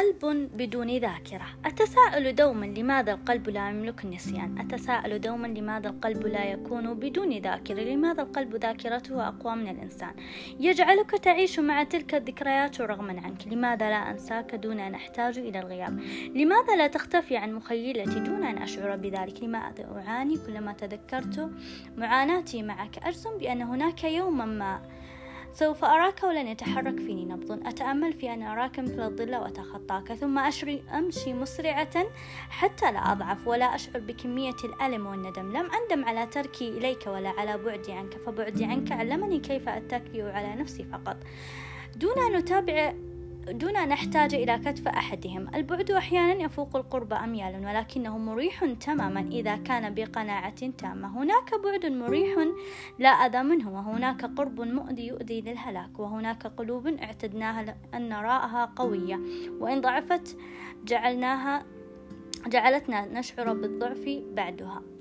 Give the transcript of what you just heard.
قلب بدون ذاكرة. أتساءل دوما لماذا القلب لا يملك النسيان؟ أتساءل دوما لماذا القلب لا يكون بدون ذاكرة؟ لماذا القلب ذاكرته أقوى من الإنسان يجعلك تعيش مع تلك الذكريات رغما عنك؟ لماذا لا أنساك دون أن أحتاج إلى الغياب؟ لماذا لا تختفي عن مخيلتي دون أن أشعر بذلك؟ لماذا أعاني كلما تذكرت معاناتي معك؟ أجزم بأن هناك يوما ما سوف أراك ولن يتحرك فيني نبض. أتأمل في أن أراك مثل الظل وأتخطاك، ثم أمشي مسرعة حتى لا أضعف ولا أشعر بكمية الألم والندم. لم أندم على تركي إليك ولا على بعدي عنك، فبعدي عنك علمني كيف أتكئ على نفسي فقط دون أن نحتاج إلى كتف أحدهم. البعد أحيانا يفوق القرب أميالا، ولكنه مريح تماما إذا كان بقناعة تامة. هناك بعد مريح لا أذى منه، وهناك قرب مؤذي يؤذي للهلاك، وهناك قلوب اعتدناها أن نراها قوية، وإن ضعفت جعلتنا نشعر بالضعف بعدها.